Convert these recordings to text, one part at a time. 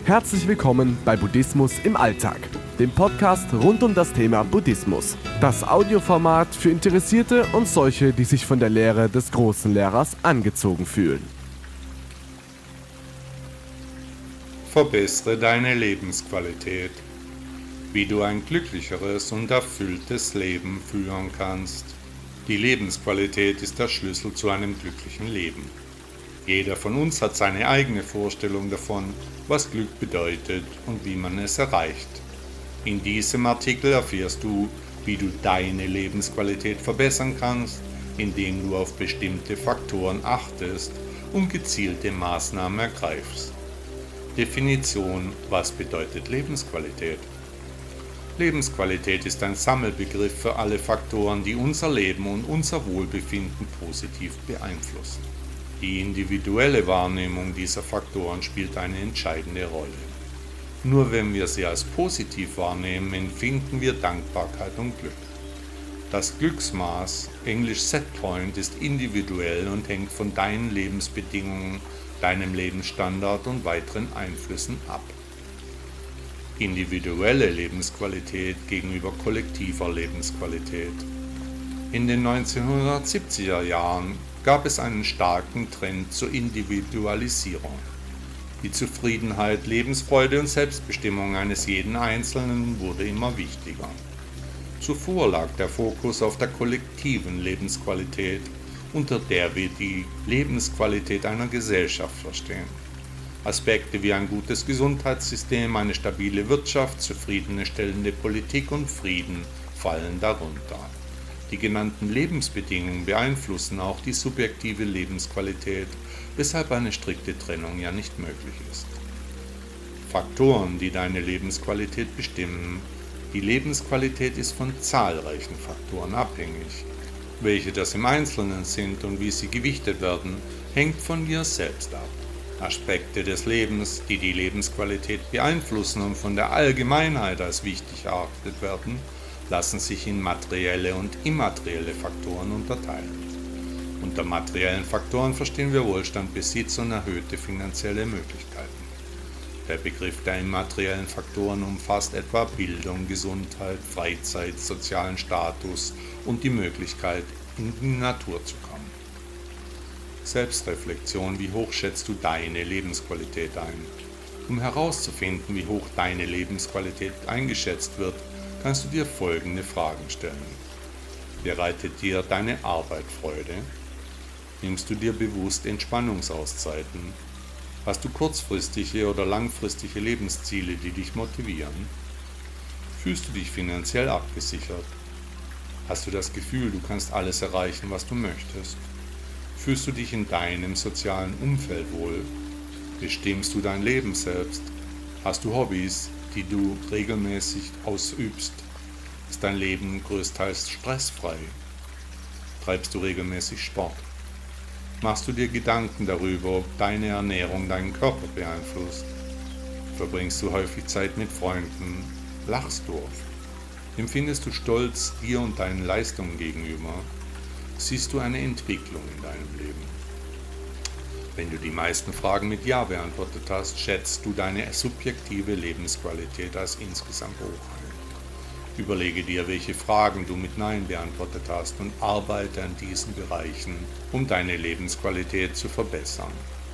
Herzlich willkommen bei Buddhismus im Alltag, dem Podcast rund um das Thema Buddhismus. Das Audioformat für Interessierte und solche, die sich von der Lehre des großen Lehrers angezogen fühlen. Verbessere deine Lebensqualität. Wie du ein glücklicheres und erfülltes Leben führen kannst. Die Lebensqualität ist der Schlüssel zu einem glücklichen Leben. Jeder von uns hat seine eigene Vorstellung davon, was Glück bedeutet und wie man es erreicht. In diesem Artikel erfährst du, wie du deine Lebensqualität verbessern kannst, indem du auf bestimmte Faktoren achtest und gezielte Maßnahmen ergreifst. Definition: Was bedeutet Lebensqualität? Lebensqualität ist ein Sammelbegriff für alle Faktoren, die unser Leben und unser Wohlbefinden positiv beeinflussen. Die individuelle Wahrnehmung dieser Faktoren spielt eine entscheidende Rolle. Nur wenn wir sie als positiv wahrnehmen, empfinden wir Dankbarkeit und Glück. Das Glücksmaß, englisch Setpoint, ist individuell und hängt von deinen Lebensbedingungen, deinem Lebensstandard und weiteren Einflüssen ab. Individuelle Lebensqualität gegenüber kollektiver Lebensqualität. In den 1970er Jahren gab es einen starken Trend zur Individualisierung. Die Zufriedenheit, Lebensfreude und Selbstbestimmung eines jeden Einzelnen wurde immer wichtiger. Zuvor lag der Fokus auf der kollektiven Lebensqualität, unter der wir die Lebensqualität einer Gesellschaft verstehen. Aspekte wie ein gutes Gesundheitssystem, eine stabile Wirtschaft, zufriedenstellende Politik und Frieden fallen darunter. Die genannten Lebensbedingungen beeinflussen auch die subjektive Lebensqualität, weshalb eine strikte Trennung ja nicht möglich ist. Faktoren, die deine Lebensqualität bestimmen. Die Lebensqualität ist von zahlreichen Faktoren abhängig. Welche das im Einzelnen sind und wie sie gewichtet werden, hängt von dir selbst ab. Aspekte des Lebens, die die Lebensqualität beeinflussen und von der Allgemeinheit als wichtig erachtet werden, lassen sich in materielle und immaterielle Faktoren unterteilen. Unter materiellen Faktoren verstehen wir Wohlstand, Besitz und erhöhte finanzielle Möglichkeiten. Der Begriff der immateriellen Faktoren umfasst etwa Bildung, Gesundheit, Freizeit, sozialen Status und die Möglichkeit, in die Natur zu kommen. Selbstreflexion: Wie hoch schätzt du deine Lebensqualität ein? Um herauszufinden, wie hoch deine Lebensqualität eingeschätzt wird, kannst du dir folgende Fragen stellen. Bereitet dir deine Arbeit Freude? Nimmst du dir bewusst Entspannungsauszeiten? Hast du kurzfristige oder langfristige Lebensziele, die dich motivieren? Fühlst du dich finanziell abgesichert? Hast du das Gefühl, du kannst alles erreichen, was du möchtest? Fühlst du dich in deinem sozialen Umfeld wohl? Bestimmst du dein Leben selbst? Hast du Hobbys, die du regelmäßig ausübst? Ist dein Leben größtenteils stressfrei? Treibst du regelmäßig Sport? Machst du dir Gedanken darüber, ob deine Ernährung deinen Körper beeinflusst? Verbringst du häufig Zeit mit Freunden? Lachst du oft? Empfindest du Stolz dir und deinen Leistungen gegenüber? Siehst du eine Entwicklung in deinem Leben? Wenn du die meisten Fragen mit Ja beantwortet hast, schätzt du deine subjektive Lebensqualität als insgesamt hoch ein. Überlege dir, welche Fragen du mit Nein beantwortet hast und arbeite an diesen Bereichen, um deine Lebensqualität zu verbessern.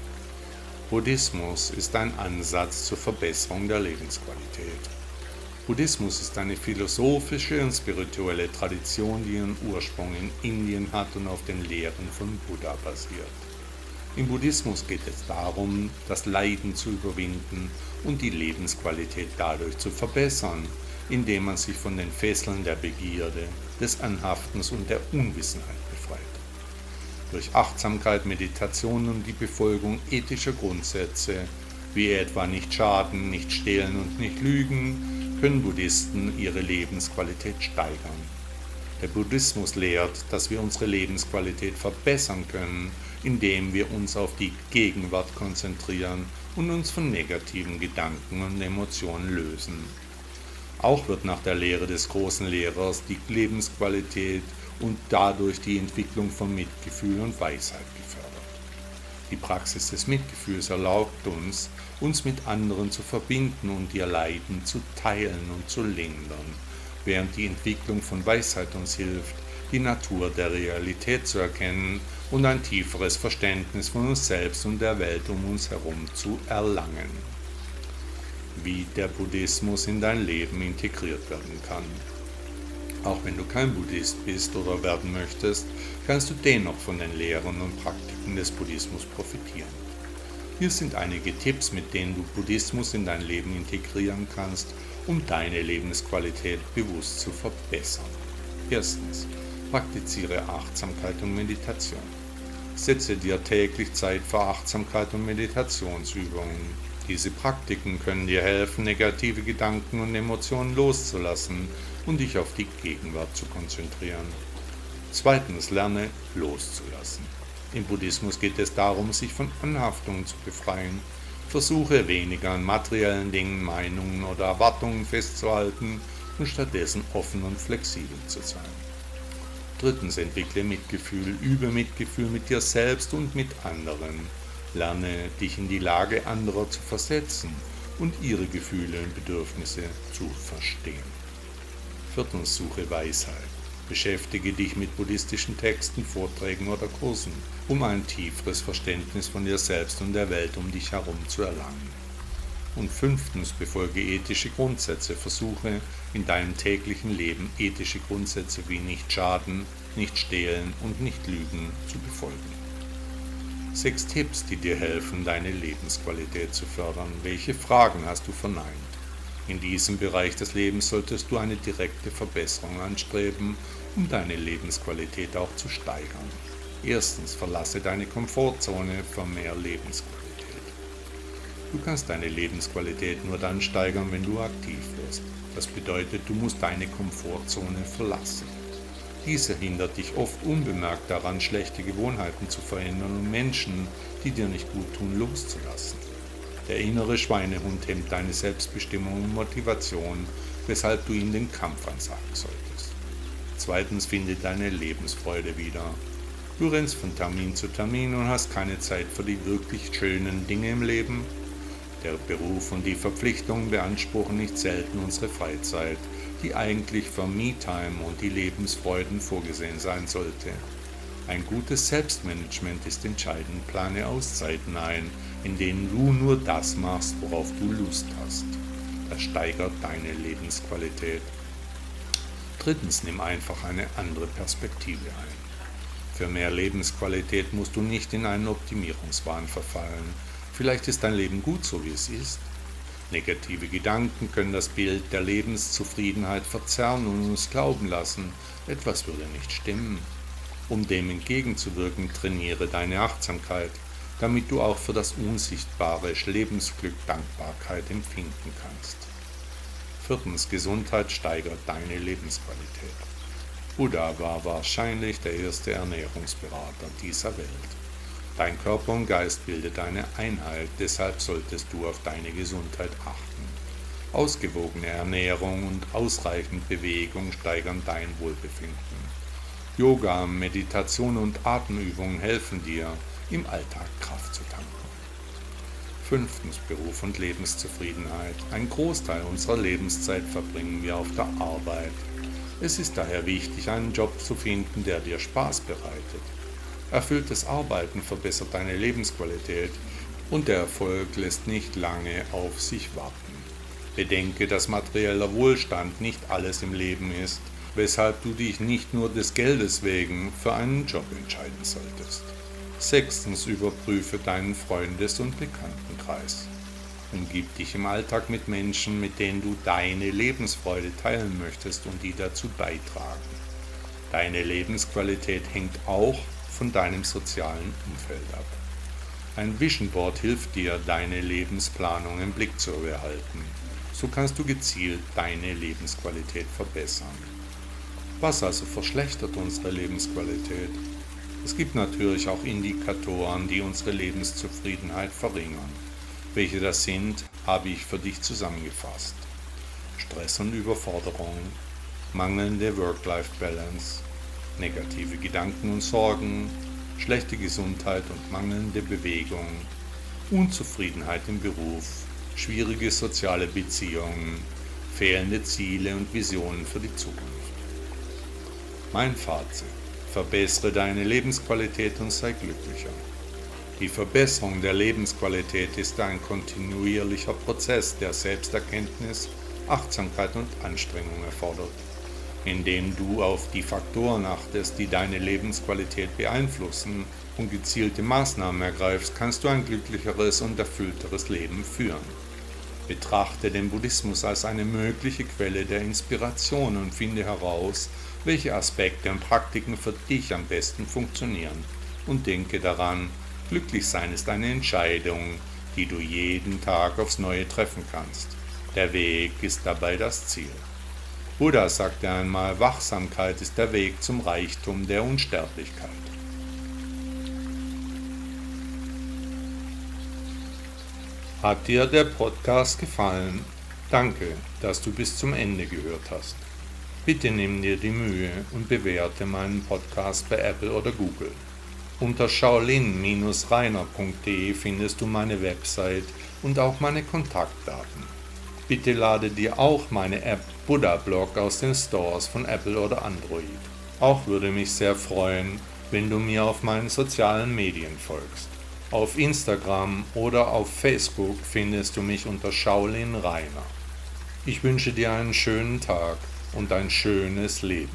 Buddhismus ist ein Ansatz zur Verbesserung der Lebensqualität. Buddhismus ist eine philosophische und spirituelle Tradition, die ihren Ursprung in Indien hat und auf den Lehren von Buddha basiert. Im Buddhismus geht es darum, das Leiden zu überwinden und die Lebensqualität dadurch zu verbessern, indem man sich von den Fesseln der Begierde, des Anhaftens und der Unwissenheit befreit. Durch Achtsamkeit, Meditation und die Befolgung ethischer Grundsätze, wie etwa nicht schaden, nicht stehlen und nicht lügen, können Buddhisten ihre Lebensqualität steigern. Der Buddhismus lehrt, dass wir unsere Lebensqualität verbessern können, indem wir uns auf die Gegenwart konzentrieren und uns von negativen Gedanken und Emotionen lösen. Auch wird nach der Lehre des großen Lehrers die Lebensqualität und dadurch die Entwicklung von Mitgefühl und Weisheit gefördert. Die Praxis des Mitgefühls erlaubt uns, uns mit anderen zu verbinden und ihr Leiden zu teilen und zu lindern, während die Entwicklung von Weisheit uns hilft, die Natur der Realität zu erkennen und ein tieferes Verständnis von uns selbst und der Welt um uns herum zu erlangen. Wie der Buddhismus in dein Leben integriert werden kann. Auch wenn du kein Buddhist bist oder werden möchtest, kannst du dennoch von den Lehren und Praktiken des Buddhismus profitieren. Hier sind einige Tipps, mit denen du Buddhismus in dein Leben integrieren kannst, um deine Lebensqualität bewusst zu verbessern. Erstens, praktiziere Achtsamkeit und Meditation. Setze dir täglich Zeit für Achtsamkeit und Meditationsübungen. Diese Praktiken können dir helfen, negative Gedanken und Emotionen loszulassen und dich auf die Gegenwart zu konzentrieren. Zweitens, lerne loszulassen. Im Buddhismus geht es darum, sich von Anhaftungen zu befreien. Versuche weniger an materiellen Dingen, Meinungen oder Erwartungen festzuhalten und stattdessen offen und flexibel zu sein. Drittens, entwickle Mitgefühl, übe Mitgefühl mit dir selbst und mit anderen. Lerne, dich in die Lage anderer zu versetzen und ihre Gefühle und Bedürfnisse zu verstehen. Viertens, suche Weisheit. Beschäftige dich mit buddhistischen Texten, Vorträgen oder Kursen, um ein tieferes Verständnis von dir selbst und der Welt um dich herum zu erlangen. Und fünftens, befolge ethische Grundsätze. Versuche in deinem täglichen Leben ethische Grundsätze wie nicht schaden, nicht stehlen und nicht lügen zu befolgen. 6 Tipps, die dir helfen, deine Lebensqualität zu fördern. Welche Fragen hast du verneint? In diesem Bereich des Lebens solltest du eine direkte Verbesserung anstreben, um deine Lebensqualität auch zu steigern. Erstens, verlasse deine Komfortzone für mehr Lebensqualität. Du kannst deine Lebensqualität nur dann steigern, wenn du aktiv wirst. Das bedeutet, du musst deine Komfortzone verlassen. Diese hindert dich oft unbemerkt daran, schlechte Gewohnheiten zu verändern und Menschen, die dir nicht gut tun, loszulassen. Der innere Schweinehund hemmt deine Selbstbestimmung und Motivation, weshalb du ihm den Kampf ansagen solltest. Zweitens, finde deine Lebensfreude wieder. Du rennst von Termin zu Termin und hast keine Zeit für die wirklich schönen Dinge im Leben. Der Beruf und die Verpflichtungen beanspruchen nicht selten unsere Freizeit, die eigentlich für Me-Time und die Lebensfreuden vorgesehen sein sollte. Ein gutes Selbstmanagement ist entscheidend. Plane Auszeiten ein, in denen du nur das machst, worauf du Lust hast. Das steigert deine Lebensqualität. Drittens, nimm einfach eine andere Perspektive ein. Für mehr Lebensqualität musst du nicht in einen Optimierungswahn verfallen. Vielleicht ist dein Leben gut so, wie es ist. Negative Gedanken können das Bild der Lebenszufriedenheit verzerren und uns glauben lassen, etwas würde nicht stimmen. Um dem entgegenzuwirken, trainiere deine Achtsamkeit, damit du auch für das unsichtbare Lebensglück Dankbarkeit empfinden kannst. Viertens, Gesundheit steigert deine Lebensqualität. Buddha war wahrscheinlich der erste Ernährungsberater dieser Welt. Dein Körper und Geist bildet eine Einheit, deshalb solltest du auf deine Gesundheit achten. Ausgewogene Ernährung und ausreichend Bewegung steigern dein Wohlbefinden. Yoga, Meditation und Atemübungen helfen dir, im Alltag Kraft zu tanken. Fünftens, Beruf und Lebenszufriedenheit. Ein Großteil unserer Lebenszeit verbringen wir auf der Arbeit. Es ist daher wichtig, einen Job zu finden, der dir Spaß bereitet. Erfülltes Arbeiten verbessert deine Lebensqualität und der Erfolg lässt nicht lange auf sich warten. Bedenke, dass materieller Wohlstand nicht alles im Leben ist, weshalb du dich nicht nur des Geldes wegen für einen Job entscheiden solltest. Sechstens, überprüfe deinen Freundes- und Bekanntenkreis. Umgib dich im Alltag mit Menschen, mit denen du deine Lebensfreude teilen möchtest und die dazu beitragen. Deine Lebensqualität hängt auch von deinem sozialen Umfeld ab. Ein Vision Board hilft dir, deine Lebensplanung im Blick zu behalten. So kannst du gezielt deine Lebensqualität verbessern. Was also verschlechtert unsere Lebensqualität? Es gibt natürlich auch Indikatoren, die unsere Lebenszufriedenheit verringern. Welche das sind, habe ich für dich zusammengefasst. Stress und Überforderung, mangelnde Work-Life-Balance, negative Gedanken und Sorgen, schlechte Gesundheit und mangelnde Bewegung, Unzufriedenheit im Beruf, schwierige soziale Beziehungen, fehlende Ziele und Visionen für die Zukunft. Mein Fazit: Verbessere deine Lebensqualität und sei glücklicher. Die Verbesserung der Lebensqualität ist ein kontinuierlicher Prozess, der Selbsterkenntnis, Achtsamkeit und Anstrengung erfordert. Indem du auf die Faktoren achtest, die deine Lebensqualität beeinflussen und gezielte Maßnahmen ergreifst, kannst du ein glücklicheres und erfüllteres Leben führen. Betrachte den Buddhismus als eine mögliche Quelle der Inspiration und finde heraus, welche Aspekte und Praktiken für dich am besten funktionieren. Und denke daran, glücklich sein ist eine Entscheidung, die du jeden Tag aufs Neue treffen kannst. Der Weg ist dabei das Ziel. Buddha sagte einmal, Wachsamkeit ist der Weg zum Reichtum der Unsterblichkeit. Hat dir der Podcast gefallen? Danke, dass du bis zum Ende gehört hast. Bitte nimm dir die Mühe und bewerte meinen Podcast bei Apple oder Google. Unter shaolin-reiner.de findest du meine Website und auch meine Kontaktdaten. Bitte lade dir auch meine App Buddha Blog aus den Stores von Apple oder Android. Auch würde mich sehr freuen, wenn du mir auf meinen sozialen Medien folgst. Auf Instagram oder auf Facebook findest du mich unter Shaolin Reiner. Ich wünsche dir einen schönen Tag und ein schönes Leben.